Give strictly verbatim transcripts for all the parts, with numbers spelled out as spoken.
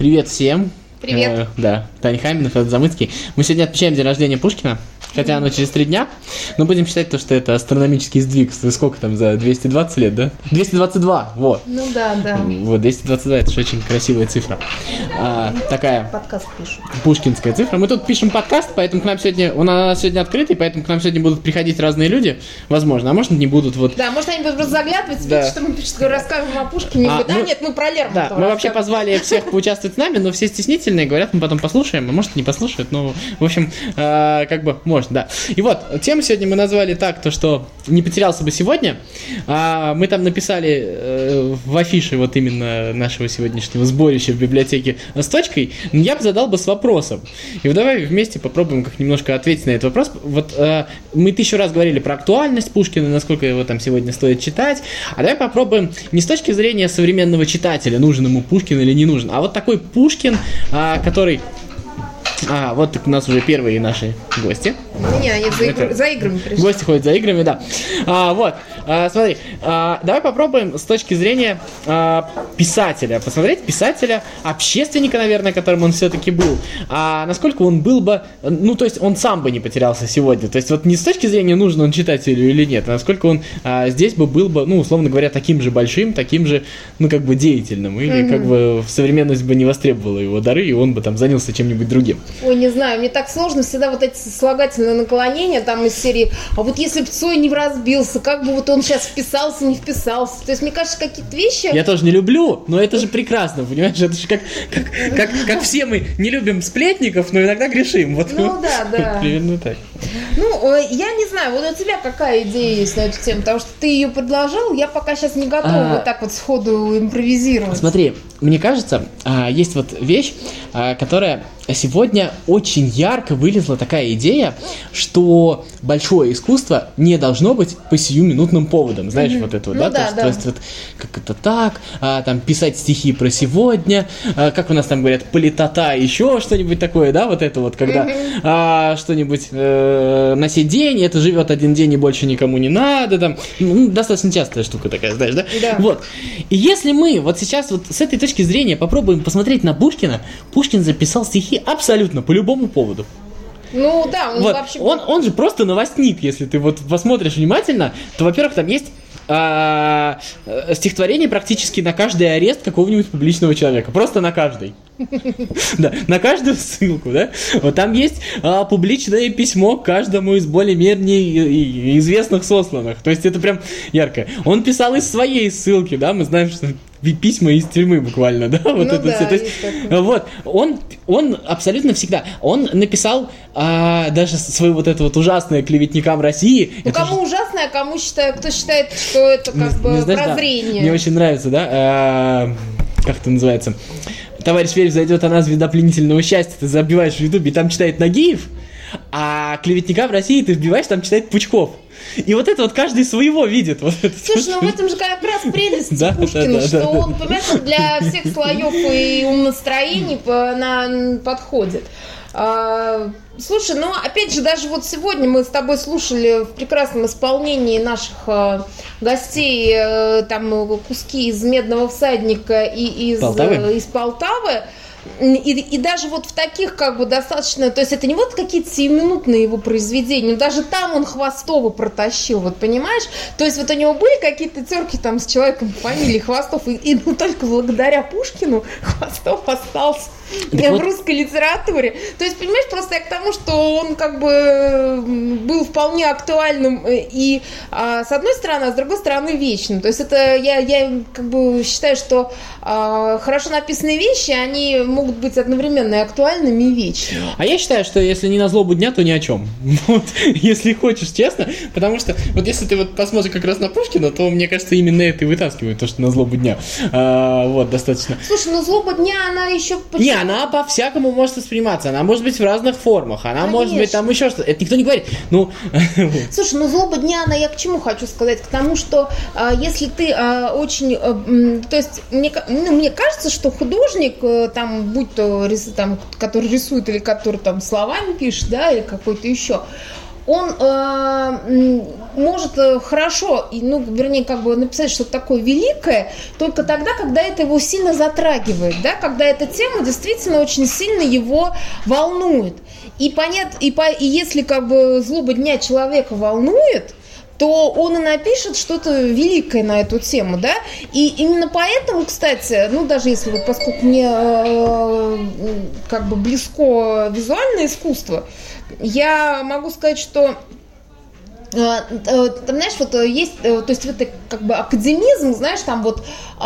Привет всем. Привет. Э, да, Таня Хаминов, Федор Замыцкий. Мы сегодня отмечаем день рождения Пушкина, хотя оно через три дня, но будем считать то, что это астрономический сдвиг. Сколько там, за двести двадцать лет, да? двести двадцать два, вот. Ну да, да. Вот, двести двадцать два, это же очень красивая цифра. А, такая Подкаст пишем. Пушкинская цифра. Мы тут пишем подкаст, поэтому к нам сегодня, у нас сегодня открытый, поэтому к нам сегодня будут приходить разные люди, возможно, а может не будут вот. Да, может они будут просто заглядывать, Да. видеть, что мы пишем, расскажем о Пушкине. А, А, да ну, нет, мы про Лермонтова Да, мы вообще расскажем. позвали всех поучаствовать с нами, но все стеснительные, говорят, мы потом послушаем, а может не послушают, но, в общем, э, как бы, может, да. И вот, тему сегодня мы назвали так, то, что не потерялся бы сегодня. А, мы там написали э, в афише вот именно нашего сегодняшнего сборища в библиотеке с точкой, но я бы задал бы с вопросом. И вот давай вместе попробуем как немножко ответить на этот вопрос. Вот э, мы тысячу раз говорили про актуальность Пушкина, насколько его там сегодня стоит читать, а давай попробуем не с точки зрения современного читателя, нужен ему Пушкин или не нужен, а вот такой Пушкин, а, который... А, вот у нас уже первые наши гости. Не, они за, игр- Это- за играми пришли. Гости ходят за играми, да. А, вот, а, смотри, а, давай попробуем с точки зрения а, писателя, посмотреть писателя, общественника, наверное, которым он все-таки был, а насколько он был бы, ну, то есть он сам бы не потерялся сегодня, то есть вот не с точки зрения, нужен он читателю или нет, а насколько он а, здесь бы был бы, ну, условно говоря, таким же большим, таким же, ну, как бы деятельным, или Мгм. как бы современность бы не востребовала его дары, и он бы там занялся чем-нибудь другим. Ой, не знаю, мне так сложно всегда вот эти сослагательные наклонения там из серии, а вот если бы Цой не разбился, как бы вот он сейчас вписался, не вписался. То есть, мне кажется, какие-то вещи... Я тоже не люблю, но это же прекрасно, понимаешь? Это же как, как, как, как все мы не любим сплетников, но иногда грешим. Вот, Ну да, да. Примерно так. Ну, э, я не знаю, вот у тебя какая идея есть на эту тему? Потому что ты ее предложил, я пока сейчас не готова А. вот так вот сходу импровизировать. Смотри, мне кажется, а, есть вот вещь, а, которая сегодня очень ярко вылезла такая идея, что большое искусство не должно быть по сиюминутным поводам. Знаешь, вот это вот, Ну да? да, То есть, да. то есть вот как это так, а, там писать стихи про сегодня, а, как у нас там говорят, политота, еще что-нибудь такое, да, вот это вот, когда а, что-нибудь э, на сей день, это живет один день и больше никому не надо, там, ну, достаточно частая штука такая, знаешь, да? Да. Вот. И если мы вот сейчас вот с этой точки зрения попробуем посмотреть на Пушкина, Пушкин записал стихи абсолютно по любому поводу. Ну да, он Вот. вообще... Он, он же просто новостник, если ты вот посмотришь внимательно, то, во-первых, там есть а, э, стихотворение практически на каждый арест какого-нибудь публичного человека. Просто на каждый. Да, на каждую ссылку, да. Вот там есть а, публичное письмо к каждому из более-менее и- и известных сосланных. То есть это прям ярко. Он писал из своей ссылки, да, мы знаем, что пи- письма из тюрьмы буквально, да, вот Ну это да, все. То есть, есть такое. вот, он, он абсолютно всегда, он написал а, даже свое вот это вот ужасное клеветникам России. Ну, Это кому же- ужасно, а кому считает, кто считает, что это как не- бы не знаешь, да, прозрение. мне очень нравится, да, а, как это называется? Товарищ Верь, зайдет она звезда пленительного счастья, ты забиваешь в Ютубе, и там читает Нагиев, а клеветника в России ты вбиваешь, там читает Пучков. И вот это вот каждый своего видит. Вот это. Слушай, ну в этом же как раз прелесть Да, Пушкина, да, да, что да, он, да. понимаешь, он для всех слоев и умонастроений по- на- подходит. А, слушай, ну опять же, даже вот сегодня мы с тобой слушали в прекрасном исполнении наших а, гостей а, там куски из «Медного всадника» и из Полтавы? э, из Полтавы. И, и даже вот в таких как бы достаточно, то есть это не вот какие-то сиюминутные его произведения, но даже там он Хвостова протащил, вот понимаешь? То есть вот у него были какие-то терки там с человеком по фамилии Хвостов, и, и ну, только благодаря Пушкину Хвостов остался Так в вот- русской литературе. То есть, понимаешь, просто я к тому, что он как бы м, был вполне актуальным э, и а, с одной стороны, а с другой стороны вечным. То есть это я, я как бы считаю, что а, хорошо написанные вещи, они могут быть одновременно и актуальными, и вечными. А я считаю, что если не на злобу дня, то ни о чем. Вот, если хочешь, честно. Потому что, вот если ты вот посмотришь как раз на Пушкина, то, мне кажется, именно это и вытаскивает, то, что на злобу дня. А, вот, достаточно. Слушай, ну злоба дня, она еще... Не, она по-всякому может восприниматься, она может быть в разных формах, она может быть там еще что-то. Это никто не говорит. Ну, вот. Слушай, ну злоба дня, она я к чему хочу сказать? К тому, что а, если ты а, очень... а, м, то есть мне, ка- ну, мне кажется, что художник, а, там, будь то рис- там, который рисует или который там словами пишет, да, или какой-то еще, он э, может хорошо, ну, вернее, как бы написать что-то такое великое только тогда, когда это его сильно затрагивает, да, когда эта тема действительно очень сильно его волнует. И понятно, и, по, и если как бы злоба дня человека волнует, то он и напишет что-то великое на эту тему, да, и именно поэтому, кстати, ну, даже если вот, поскольку мне э, как бы близко визуальное искусство, я могу сказать, что там, знаешь, вот есть, то есть это как бы академизм, знаешь, там вот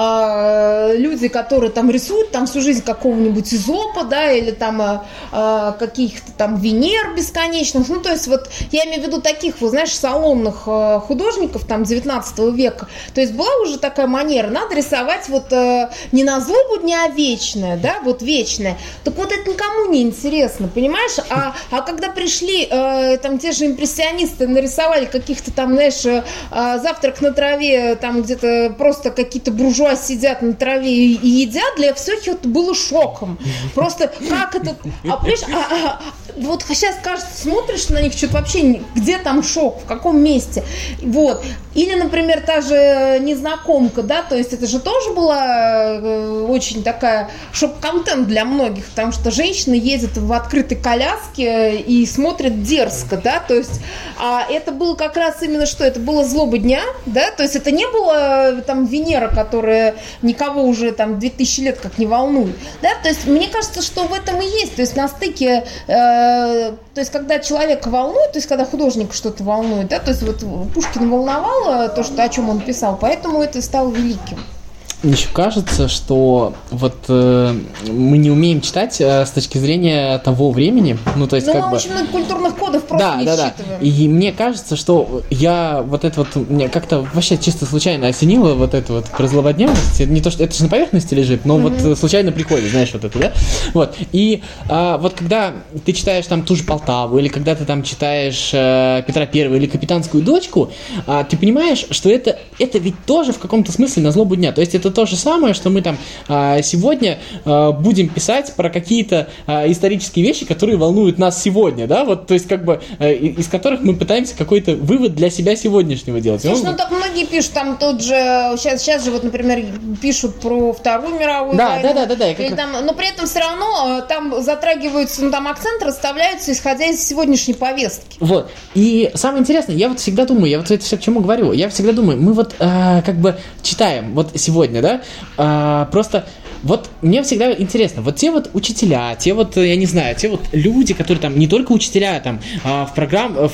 э, люди, которые там рисуют там всю жизнь какого-нибудь Эзопа, да, или там э, каких-то там Венер бесконечных, ну, то есть вот я имею в виду таких, вот, знаешь, салонных э, художников там девятнадцатого века, то есть была уже такая манера, надо рисовать вот э, не на злобу дня, а вечное, да, вот вечное, так вот это никому не интересно, понимаешь, а, а когда пришли э, там те же импрессионисты, нарисовали каких-то там, знаешь, завтрак на траве, там где-то просто какие-то буржуа сидят на траве и, и едят, для всех это было шоком. Просто как это... А, понимаешь, а, а, вот сейчас, кажется, смотришь на них, что-то вообще, где там шок, в каком месте. Вот. Или, например, та же незнакомка, да, то есть это же тоже была очень такая шок-контент для многих, потому что женщина едет в открытой коляске и смотрит дерзко, да, то есть а это было как раз именно что? Это было злоба дня, да, то есть это не было там Венера, которая никого уже там две тысячи лет как не волнует, да, то есть мне кажется, что в этом и есть, то есть на стыке, э, то есть когда человека волнует, то есть когда художник что-то волнует, да, то есть вот Пушкина волновало то, что, о чем он писал, поэтому это стало великим. Мне еще кажется, что вот э, мы не умеем читать э, с точки зрения того времени. Ну, то есть, Но как мы бы... очень много культурных кодов просто да, не да, считываем. Да. И мне кажется, что я вот это вот, мне как-то вообще чисто случайно осенило вот это вот про злободневность. Это не то, что это же на поверхности лежит, но mm-hmm. вот случайно приходит, знаешь, вот это, да? Вот. И а, вот когда ты читаешь там ту же Полтаву, или когда ты там читаешь а, Петра Первого или Капитанскую дочку, а, ты понимаешь, что это, это ведь тоже в каком-то смысле на злобу дня. То есть это то же самое, что мы там а, сегодня а, будем писать про какие-то а, исторические вещи, которые волнуют нас сегодня, да, вот, то есть как бы а, из которых мы пытаемся какой-то вывод для себя сегодняшнего делать. Слушай, ну, ну так многие пишут, там тут же, сейчас, сейчас же вот, например, пишут про Вторую мировую да, войну, да, да, да, да, или там, но при этом все равно там затрагиваются, ну там акценты расставляются, исходя из сегодняшней повестки. Вот, и самое интересное, я вот всегда думаю, я вот это все к чему говорю, я всегда думаю, мы вот а, как бы читаем вот сегодня, да, а, просто вот мне всегда интересно, вот те вот учителя, те вот, я не знаю, те вот люди, которые там, не только учителя, там, а, в программах,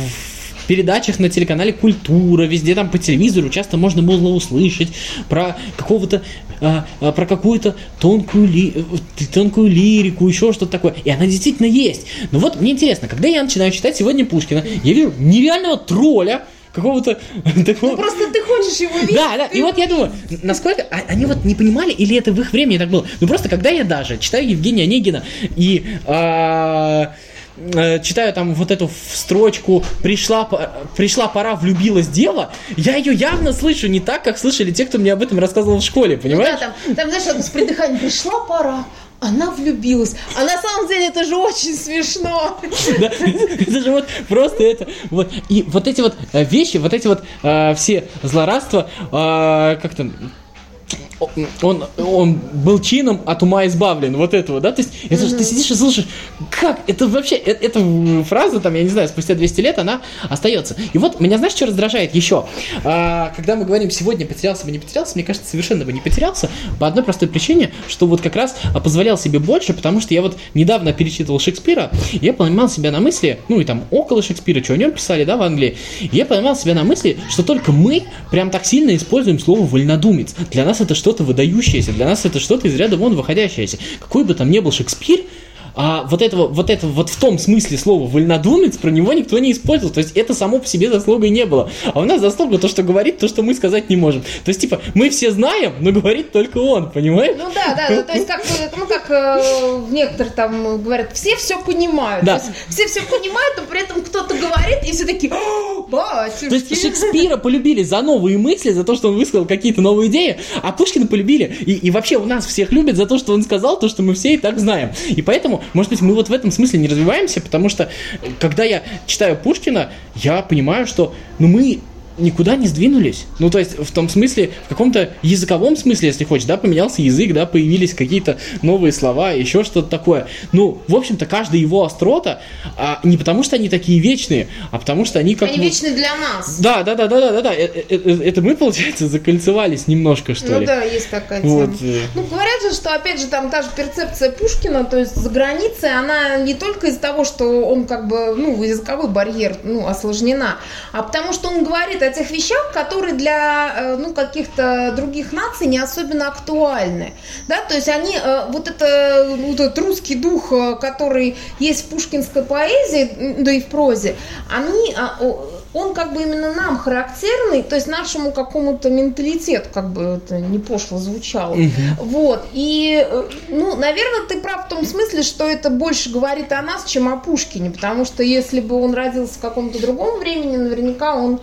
в передачах на телеканале «Культура», везде там по телевизору часто можно было услышать про какого-то, а, а, про какую-то тонкую, ли, тонкую лирику, еще что-то такое. И она действительно есть. Но вот мне интересно, когда я начинаю читать сегодня Пушкина, я вижу нереального тролля, какого-то такого... Ну просто ты хочешь его видеть. Да, да, ты... и вот я думаю, насколько они вот не понимали, или это в их времени так было. Ну просто когда я даже читаю Евгения Онегина и... А... читаю там вот эту строчку «Пришла, пришла пора, влюбилась дева», я ее явно слышу не так, как слышали те, кто мне об этом рассказывал в школе, понимаешь? Ну, да, там, там, знаешь, вот с придыханием «Пришла пора», она влюбилась. А на самом деле это же очень смешно. Да, это же вот просто это. Вот. И вот эти вот вещи, вот эти вот э, все злорадства, э, как-то... Он, он был чином от ума избавлен, вот этого, да, то есть это mm-hmm. же ты сидишь и слушаешь, как, это вообще, это, эта фраза, там, я не знаю, спустя двести лет она остается. И вот меня, знаешь, что раздражает еще? А, когда мы говорим сегодня потерялся бы, не потерялся, мне кажется, совершенно бы не потерялся, по одной простой причине, что вот как раз позволял себе больше, потому что я вот недавно перечитывал Шекспира, и я поймал себя на мысли, ну и там около Шекспира, что о нем писали, да, в Англии, и я поймал себя на мысли, что только мы прям так сильно используем слово «вольнодумец». Для нас это что-то выдающееся, для нас это что-то из ряда вон выходящееся. Какой бы там ни был Шекспир, а вот этого, вот этого, вот в том смысле слова «вольнодумец» про него никто не использовал. То есть это само по себе заслугой не было. А у нас заслуга то, что говорит, то, что мы сказать не можем. То есть, типа, мы все знаем, но говорит только он, понимаешь? Ну да, да, ну, то есть как, ну, как э, некоторые там говорят, все все понимают. Да. То есть, все все понимают, но при этом кто-то говорит, и все такие, батюшки. То есть Шекспира полюбили за новые мысли, за то, что он высказал какие-то новые идеи, а Пушкина полюбили. И, и вообще у нас всех любят за то, что он сказал, то, что мы все и так знаем. И поэтому может быть, мы вот в этом смысле не развиваемся, потому что, когда я читаю Пушкина, я понимаю, что, ну, мы никуда не сдвинулись. Ну, то есть, в том смысле, в каком-то языковом смысле, если хочешь, да, поменялся язык, да, появились какие-то новые слова, еще что-то такое. Ну, в общем-то, каждая его острота, а, не потому что они такие вечные, а потому что они как... Они ну, вечные для нас. Да, да, да, да, да, да, да. Это мы, получается, закольцевались немножко, что ну, ли. Ну да, есть такая тема. Вот. Ну, говорят же, что, опять же, там та же перцепция Пушкина, то есть за границей, она не только из-за того, что он как бы, ну, языковой барьер, ну, осложнена, а потому что он говорит о тех вещах, которые для, ну, каких-то других наций не особенно актуальны, да, то есть они, вот, это, вот этот русский дух, который есть в пушкинской поэзии, да и в прозе, они, он как бы именно нам характерный, то есть нашему какому-то менталитету, как бы это не пошло звучало, uh-huh. вот, и, ну, наверное, ты прав в том смысле, что это больше говорит о нас, чем о Пушкине, потому что если бы он родился в каком-то другом времени, наверняка он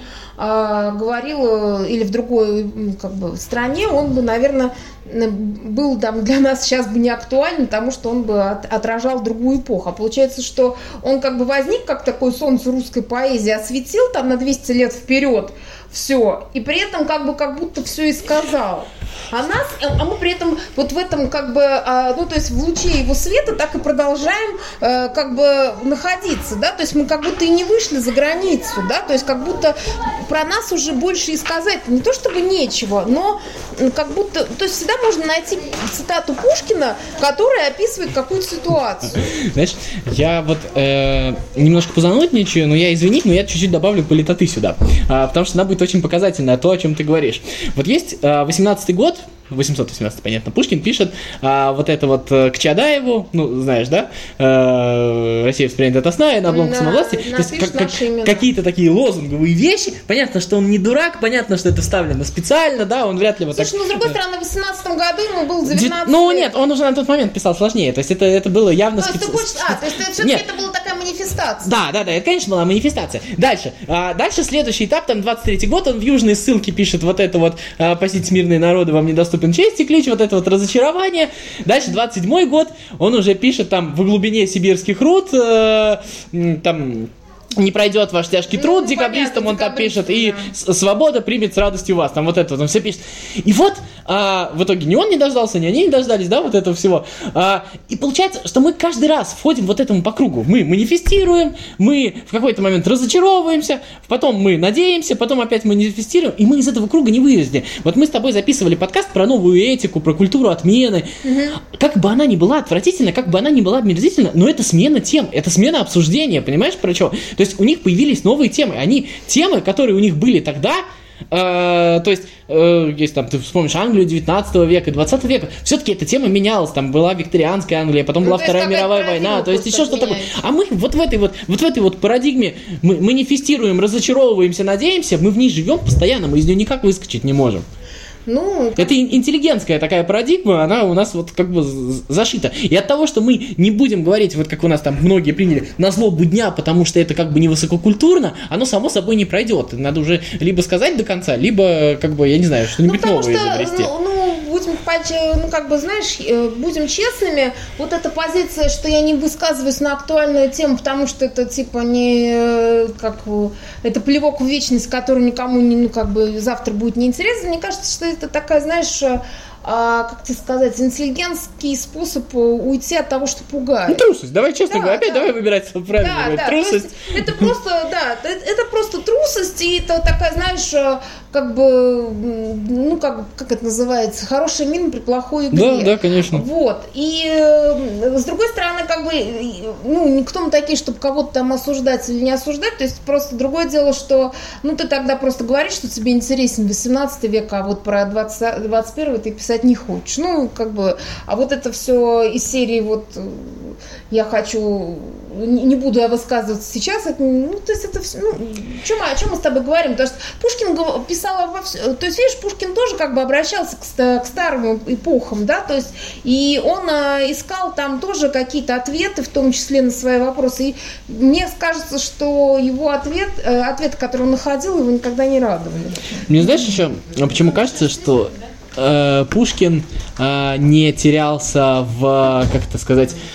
говорил, или в другой как бы стране, он бы, наверное, был там для нас сейчас бы не актуален, потому что он бы от, отражал другую эпоху. А получается, что он как бы возник как такое солнце русской поэзии, осветил там на двести лет вперед все, и при этом как бы как будто все и сказал. А нас, а мы при этом вот в этом как бы, ну то есть в луче его света так и продолжаем как бы находиться, да, то есть мы как будто и не вышли за границу, да, то есть как будто про нас уже больше и сказать не то чтобы нечего, но как будто, то есть всегда можно найти цитату Пушкина, которая описывает какую-то ситуацию. Знаешь, я вот э, немножко позанудничаю, но я извини, но я чуть-чуть добавлю политоты сюда, а, потому что она будет очень показательная, то, о чем ты говоришь. Вот есть а, восемнадцатый год, восемьсот восемнадцатый, понятно, Пушкин пишет а, вот это вот к Чадаеву, ну, знаешь, да, а, Россия воспринята ото сна и на обломку самовластия, то есть как, как, какие-то такие лозунговые вещи, понятно, что он не дурак, понятно, что это вставлено специально, да, он вряд ли вот. Слушай, так... ну, с другой стороны, в восемнадцатом году ему был девятнадцать Ну, лет. нет, он уже на тот момент писал сложнее, то есть это, это было явно... То есть, специ... ты хочешь... А, то есть это, все-таки это была такая манифестация. Да, да, да, это, конечно, была манифестация. Дальше, а, дальше следующий этап, там, двадцать третий год, он в южной ссылке пишет вот это вот а, «Пасите мирные народы, вам недоступен чести клич», вот это вот разочарование. Дальше двадцать седьмой год, он уже пишет там «В глубине сибирских руд», э, там... «Не пройдет ваш тяжкий труд», ну, декабристам он там пишет, да. И «Свобода примет с радостью вас», там вот это вот он все пишет. И вот а, в итоге ни он не дождался, ни они не дождались, да, вот этого всего. А, и получается, что мы каждый раз входим вот этому по кругу. Мы манифестируем, мы в какой-то момент разочаровываемся, потом мы надеемся, потом опять манифестируем, и мы из этого круга не вылезли. Вот мы с тобой записывали подкаст про новую этику, про культуру отмены. Угу. Как бы она ни была отвратительна, как бы она ни была омерзительна, но это смена тем, это смена обсуждения, понимаешь, про что? То есть у них появились новые темы. Они темы, которые у них были тогда, э, то есть, э, если там ты вспомнишь Англию девятнадцатого века, двадцатого века, все-таки эта тема менялась. Там была викторианская Англия, потом ну, была Вторая мировая война, то есть еще что-то такое. А мы вот в этой вот, вот в этой вот парадигме мы манифестируем, разочаровываемся, надеемся, мы в ней живем постоянно, мы из нее никак выскочить не можем. Ну, это интеллигентская такая парадигма, она у нас вот как бы зашита. И от того, что мы не будем говорить, вот как у нас там многие приняли, на злобу дня, потому что это как бы не высококультурно, оно само собой не пройдет. Надо уже либо сказать до конца, либо, как бы, я не знаю, что-нибудь ну, новое что, изобрести. Ну, ну, будем, ну, как бы, знаешь, будем честными, вот эта позиция, что я не высказываюсь на актуальную тему, потому что это, типа, не, как, это плевок в вечность, который никому, не, ну, как бы, завтра будет неинтересно. Мне кажется, что это такая, знаешь, а, как тебе сказать, интеллигентский способ уйти от того, что пугает. Ну, трусость, давай честно да, говоря, опять да. давай выбирать правильно. Да, говорить. да, Трусость. Это просто, да, это, это просто трусость, и это такая, знаешь, как бы, ну, как, как это называется, хорошая мина при плохой игре. Да, да, конечно. Вот, и с другой стороны, как бы, ну, никто мы такие, чтобы кого-то там осуждать или не осуждать, то есть просто другое дело, что, ну, ты тогда просто говоришь, что тебе интересен восемнадцатый век, а вот про двадцать, двадцать первый ты писать не хочешь. Ну, как бы, а вот это все из серии вот я хочу, не буду я высказываться сейчас, это, ну, то есть это все, ну, чем, о чем мы с тобой говорим? Потому что Пушкин писал во все, то есть, видишь, Пушкин тоже как бы обращался к, к старым эпохам, да, то есть, и он а, искал там тоже какие-то ответы, в том числе на свои вопросы, и мне кажется, что его ответ, ответы, которые он находил, его никогда не радовали. Мне знаешь еще, почему кажется, что Пушкин э, не терялся в, как это сказать,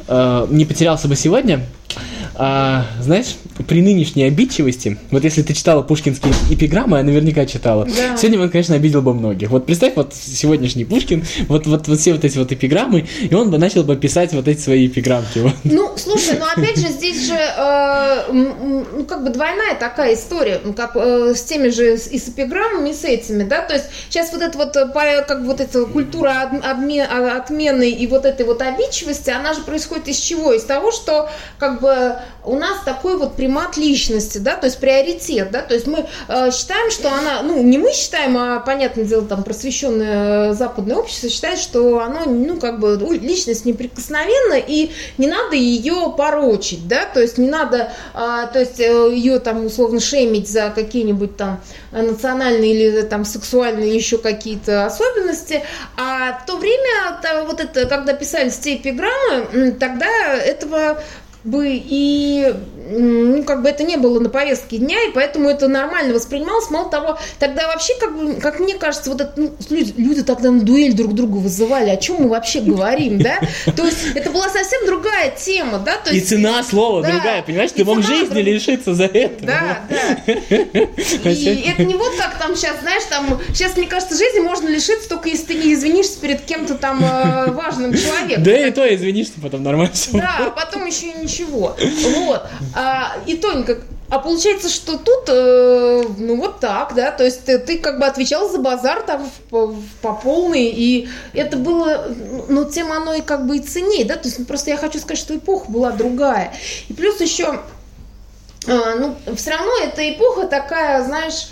э, не потерялся бы сегодня, а, знаешь, при нынешней обидчивости, вот если ты читала пушкинские эпиграммы, я наверняка читала, да. Сегодня он, конечно, обидел бы многих. Вот представь, вот сегодняшний Пушкин, вот, вот, вот все вот эти вот эпиграммы, и он бы начал бы писать вот эти свои эпиграммки. Вот. Ну, слушай, ну опять же, здесь же, э, ну, как бы двойная такая история, ну, как э, с теми же, и с эпиграммами, и с этими, да, то есть сейчас вот эта вот, как бы вот эта культура обмен, отмены и вот этой вот обидчивости, она же происходит из чего? Из того, что, как бы, у нас такой вот примат личности, да, то есть приоритет, да, то есть мы э, считаем, что она, ну, не мы считаем, а, понятное дело, там, просвещенное западное общество считает, что оно, ну, как бы, личность неприкосновенна, и не надо ее порочить, да, то есть не надо, э, то есть ее, там, условно, шеймить за какие-нибудь там национальные или там сексуальные еще какие-то особенности, а в то время, то, вот это, когда писались те эпиграммы, тогда этого бы и, ну, как бы это не было на повестке дня, и поэтому это нормально воспринималось. Мало того, тогда вообще, как бы, как мне кажется, вот это, ну, люди, люди тогда на дуэль друг друга вызывали, о чем мы вообще говорим, да? То есть это была совсем другая тема, да? То есть, и цена слова да, другая, понимаешь? Ты мог жизни друг... лишиться за это. Да, да. И это не вот как там сейчас, знаешь, там, сейчас, мне кажется, жизни можно лишиться, только если ты не извинишься перед кем-то там важным человеком. Да и то извинишься потом нормально. Да, а потом еще и ничего. Вот. А, и тоненько. А получается, что тут, э, ну вот так, да, то есть ты, ты как бы отвечал за базар там по, по полной, и это было, ну, тем оно и как бы и ценнее, да, то есть просто я хочу сказать, что эпоха была другая. И плюс еще, э, ну, все равно эта эпоха такая, знаешь,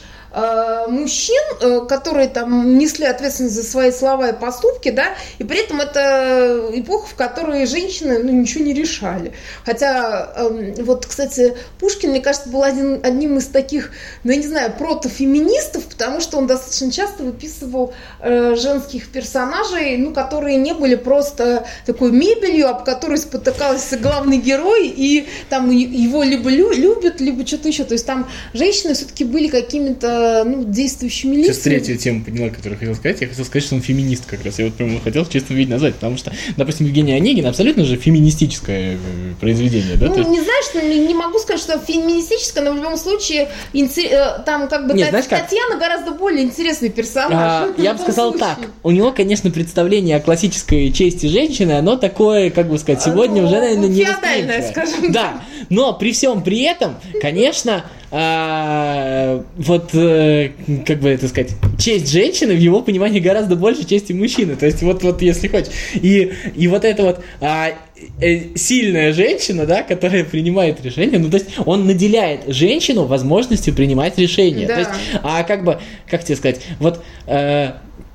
мужчин, которые там несли ответственность за свои слова и поступки, да, и при этом это эпоха, в которой женщины, ну, ничего не решали. Хотя, вот, кстати, Пушкин, мне кажется, был один, одним из таких, ну, я не знаю, протофеминистов, потому что он достаточно часто выписывал э, женских персонажей, ну, которые не были просто такой мебелью, об которой спотыкался главный герой, и там его либо лю- любят, либо что-то еще. То есть там женщины все-таки были какими-то, ну, действующими лицами. Сейчас третью тему поняла, которую хотел сказать. Я хотел сказать, что он феминист как раз. Я вот прямо хотел в чистом виде назвать, потому что, допустим, Евгений Онегин абсолютно же феминистическое произведение. Да? Ну, есть... не знаешь, не, не могу сказать, что феминистическое, но в любом случае интер... там как бы Нет, Тат... знаешь, Татьяна как? гораздо более интересный персонаж. А, я бы сказал случае. так. У него, конечно, представление о классической чести женщины, оно такое, как бы сказать, сегодня а, уже, наверное, не феодальное, скажем. Да, но при всем при этом, конечно, а, вот, э, как бы это сказать, честь женщины в его понимании гораздо больше чести мужчины. То есть вот, вот если хочешь. И, и вот это вот а, э, сильная женщина, да, которая принимает решение, ну то есть он наделяет женщину возможностью принимать решения. Да. То есть, а как бы, как тебе сказать, вот... Э,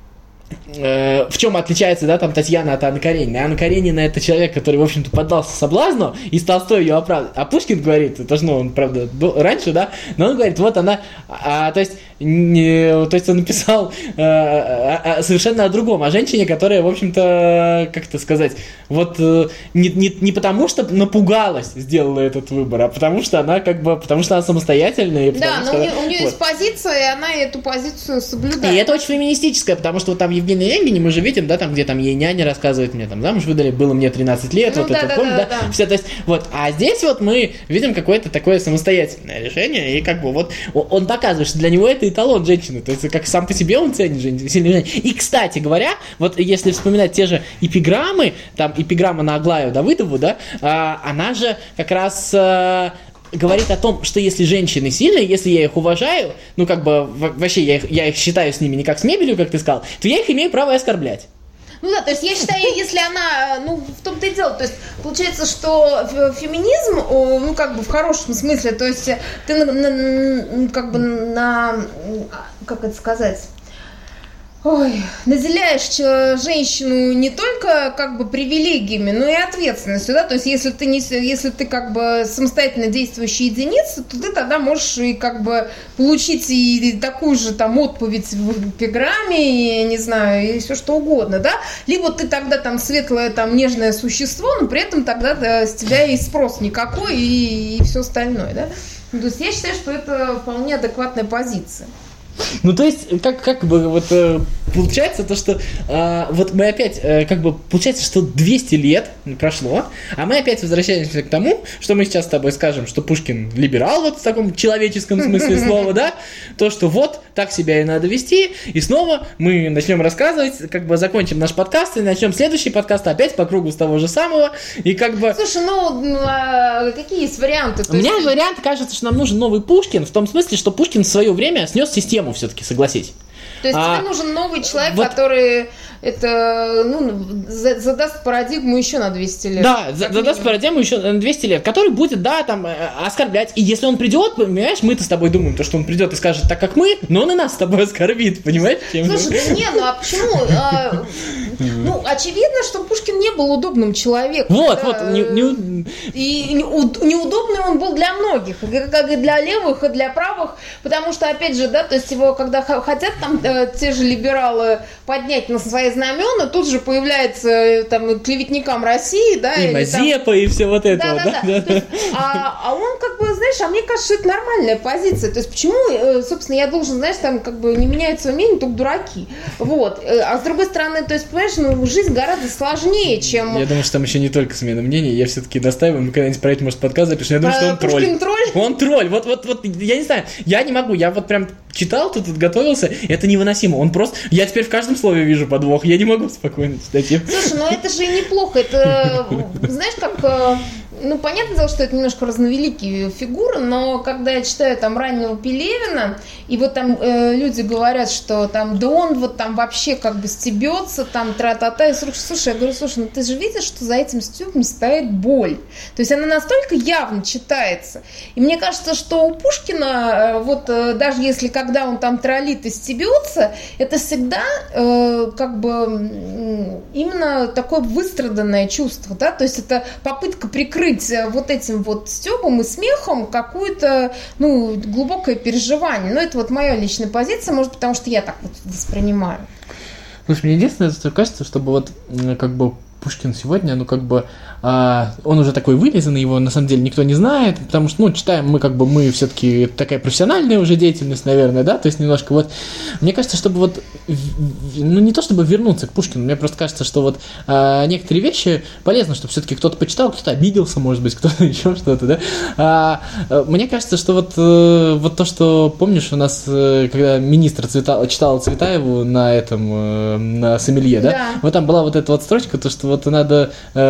в чем отличается, да, там, Татьяна от Анны Карениной. Анна Каренина — это человек, который, в общем-то, поддался соблазну и с Толстой ее оправдывает. А Пушкин говорит, это же, ну, он, правда, был раньше, да, но он говорит, вот она, а, то есть, не, то есть он написал а, а, совершенно о другом, о женщине, которая, в общем-то, как это сказать, вот не, не, не потому что напугалась, сделала этот выбор, а потому что она, как бы, потому что она самостоятельная. Да, но что, у нее, у нее вот. есть позиция, и она эту позицию соблюдает. И это очень феминистическое, потому что вот там Евгений Онегин, мы же видим, да, там, где там ей няня рассказывает, мне там замуж выдали, было мне тринадцать лет, ну, вот да, это, да, помню, да, да, да. Все, то есть, вот, а здесь вот мы видим какое-то такое самостоятельное решение, и как бы вот он показывает, что для него это эталон женщины, то есть как сам по себе он ценит женщину, сильную женщину. И, кстати говоря, вот если вспоминать те же эпиграммы, там, эпиграмма на Аглаю Давыдову, да, а, она же как раз... А, говорит о том, что если женщины сильные, если я их уважаю, ну, как бы, вообще, я их, я их считаю с ними не как с мебелью, как ты сказал, то я их имею право оскорблять. Ну да, то есть я считаю, если она, ну, в том-то и дело, то есть получается, что феминизм, ну, как бы в хорошем смысле, то есть ты, на, на, как бы, на, как это сказать... Ой, наделяешь женщину не только как бы привилегиями, но и ответственностью, да, то есть если ты не, если ты как бы самостоятельно действующая единица, то ты тогда можешь и как бы получить и такую же там отповедь в эпиграмме, и, не знаю, и все что угодно, да, либо ты тогда там светлое там нежное существо, но при этом тогда да, с тебя и спрос никакой, и, и все остальное, да, ну, то есть я считаю, что это вполне адекватная позиция. Ну, то есть, как, как бы, вот, э, получается то, что э, вот мы опять, э, как бы, получается, что двести лет прошло, а мы опять возвращаемся к тому, что мы сейчас с тобой скажем, что Пушкин либерал, вот в таком человеческом смысле слова, да, то, что вот, так себя и надо вести, и снова мы начнем рассказывать, как бы закончим наш подкаст, и начнем следующий подкаст опять по кругу с того же самого, и как бы... Слушай, ну, а какие есть варианты? У меня есть вариант, кажется, что нам нужен новый Пушкин, в том смысле, что Пушкин в свое время снес систему все-таки, согласись. То есть а, тебе нужен новый человек, вот, который это, ну, задаст парадигму еще на двести лет. Да, задаст минимум. парадигму еще на двести лет, который будет, да, там, оскорблять. И если он придет, понимаешь, мы-то с тобой думаем, то, что он придет и скажет так, как мы, но он и нас с тобой оскорбит, понимаешь? Слушай, да не, ну а почему? А, ну, очевидно, что Пушкин не был удобным человеком. Вот, да, вот. Не, не... И неудобный он был для многих, как и для левых, и для правых, потому что, опять же, да, то есть его, когда хотят там те же либералы поднять на свои знамена, тут же появляется там клеветникам России, да, и Мазепа, там... и все вот это. Да, да, да. да. Есть, а, а он как бы, знаешь, а мне кажется, что это нормальная позиция. То есть почему, собственно, я должен, знаешь, там как бы не меняют свое мнение, только дураки. Вот. А с другой стороны, то есть, понимаешь, ну, жизнь гораздо сложнее, чем... Я думаю, что там еще не только смена мнений, я все-таки настаиваю, мы когда-нибудь про это, может, подкаст запишем, я думаю, а, что он Пушкин тролль. тролль. Он тролль, вот, вот, вот, я не знаю, я не могу, я вот прям читал, тут готовился, это невыносимо, он просто, я теперь в каждом слове вижу подвох, я не могу спокойно читать. Слушай, ну это же и неплохо, это, знаешь, как... Ну, понятное дело, что это немножко разновеликие фигуры, но когда я читаю там раннего Пелевина, и вот там э, люди говорят, что там, да он вот там вообще как бы стебется, там тра-та-та, и слушай, я говорю, слушай, ну ты же видишь, что за этим стебом стоит боль. То есть она настолько явно читается. И мне кажется, что у Пушкина, э, вот э, даже если когда он там троллит и стебется, это всегда э, как бы э, именно такое выстраданное чувство, да, то есть это попытка прикрыть вот этим вот стёбом и смехом какое-то, ну, глубокое переживание. Но это вот моя личная позиция, может, потому что я так вот воспринимаю. Слушай, мне единственное, что кажется, чтобы вот как бы Пушкин сегодня, ну, как бы, а, он уже такой вылизанный, его, на самом деле, никто не знает, потому что, ну, читаем мы, как бы, мы все-таки такая профессиональная уже деятельность, наверное, да, то есть немножко вот, мне кажется, чтобы вот, ну, не то чтобы вернуться к Пушкину, мне просто кажется, что вот а, некоторые вещи полезно, чтобы все-таки кто-то почитал, кто-то обиделся, может быть, кто-то еще что-то, да, а, мне кажется, что вот, вот то, что, помнишь, у нас, когда министр Цвета, читал Цветаеву на этом, на сомелье, да, да, вот там была вот эта вот строчка, то, что вот надо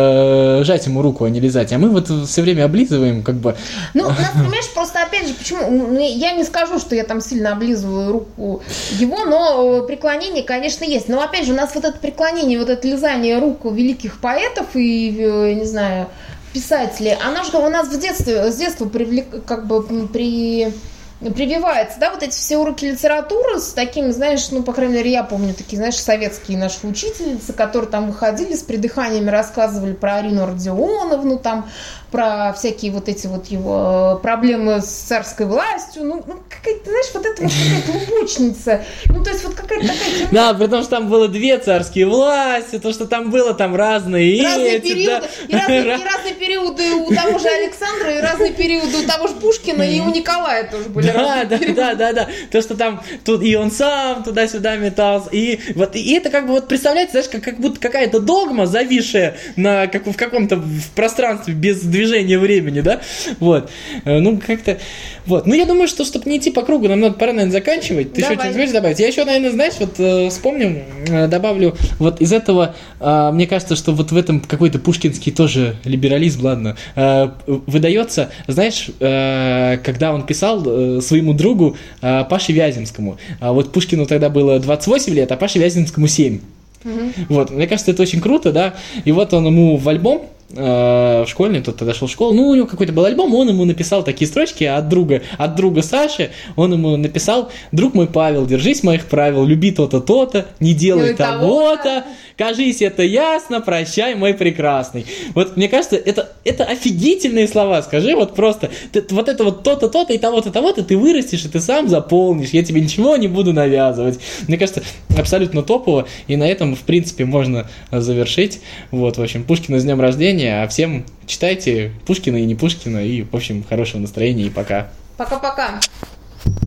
э, жать ему руку, а не лизать. А мы вот все время облизываем, как бы. Ну, нас, понимаешь, просто опять же, почему? Я не скажу, что я там сильно облизываю руку его, но преклонение, конечно, есть. Но опять же, у нас вот это преклонение, вот это лизание рук великих поэтов и, не знаю, писателей, она же у нас в детстве, с детства привлек, как бы при... прививается, да, вот эти все уроки литературы с такими, знаешь, ну, по крайней мере, я помню такие, знаешь, советские наши учительницы, которые там выходили с придыханиями, рассказывали про Арину Родионовну, там, про всякие вот эти вот его проблемы с царской властью, ну, ну какая-то, знаешь, вот это вот какая-то лубочница, ну, то есть вот какая-то такая... Да, потому что там было две царские власти, то, что там было там разные... Разные эти, периоды, да. и, разные, и разные периоды у того же Александра, и разные периоды у того же Пушкина, и у Николая тоже были. Да, да, да, да, да. То, что там тут и он сам туда-сюда метался. И вот и это как бы вот представляете, знаешь, как, как будто какая-то догма, зависшая на, как, в каком-то в пространстве без движения времени, да? Вот. Ну, как-то. Вот. Ну, я думаю, что чтобы не идти по кругу, нам надо пора, наверное, заканчивать. Ты Давай. Еще что-нибудь добавить? Я еще, наверное, знаешь, вот э, вспомним, э, добавлю, вот из этого, э, мне кажется, что вот в этом какой-то пушкинский тоже либерализм, ладно, э, выдается, знаешь, э, когда он писал э, своему другу э, Паше Вяземскому. А вот Пушкину тогда было двадцать восемь лет, а Паше Вяземскому семь. Угу. Вот, мне кажется, это очень круто, да. И вот он ему в альбом э, в школьный, тот тогда шел в школу, ну, у него какой-то был альбом, он ему написал такие строчки от друга, от друга Саши, он ему написал: «Друг мой Павел, держись моих правил, люби то-то, то-то, не делай ну, того-то, кажись, это ясно, прощай, мой прекрасный». Вот, мне кажется, это, это офигительные слова, скажи, вот просто, ты, вот это вот то-то, то-то и того-то, того-то, ты вырастешь, и ты сам заполнишь, я тебе ничего не буду навязывать. Мне кажется, абсолютно топово, и на этом, в принципе, можно завершить. Вот, в общем, Пушкина с днем рождения, а всем читайте Пушкина и не Пушкина, и, в общем, хорошего настроения, и пока. Пока-пока.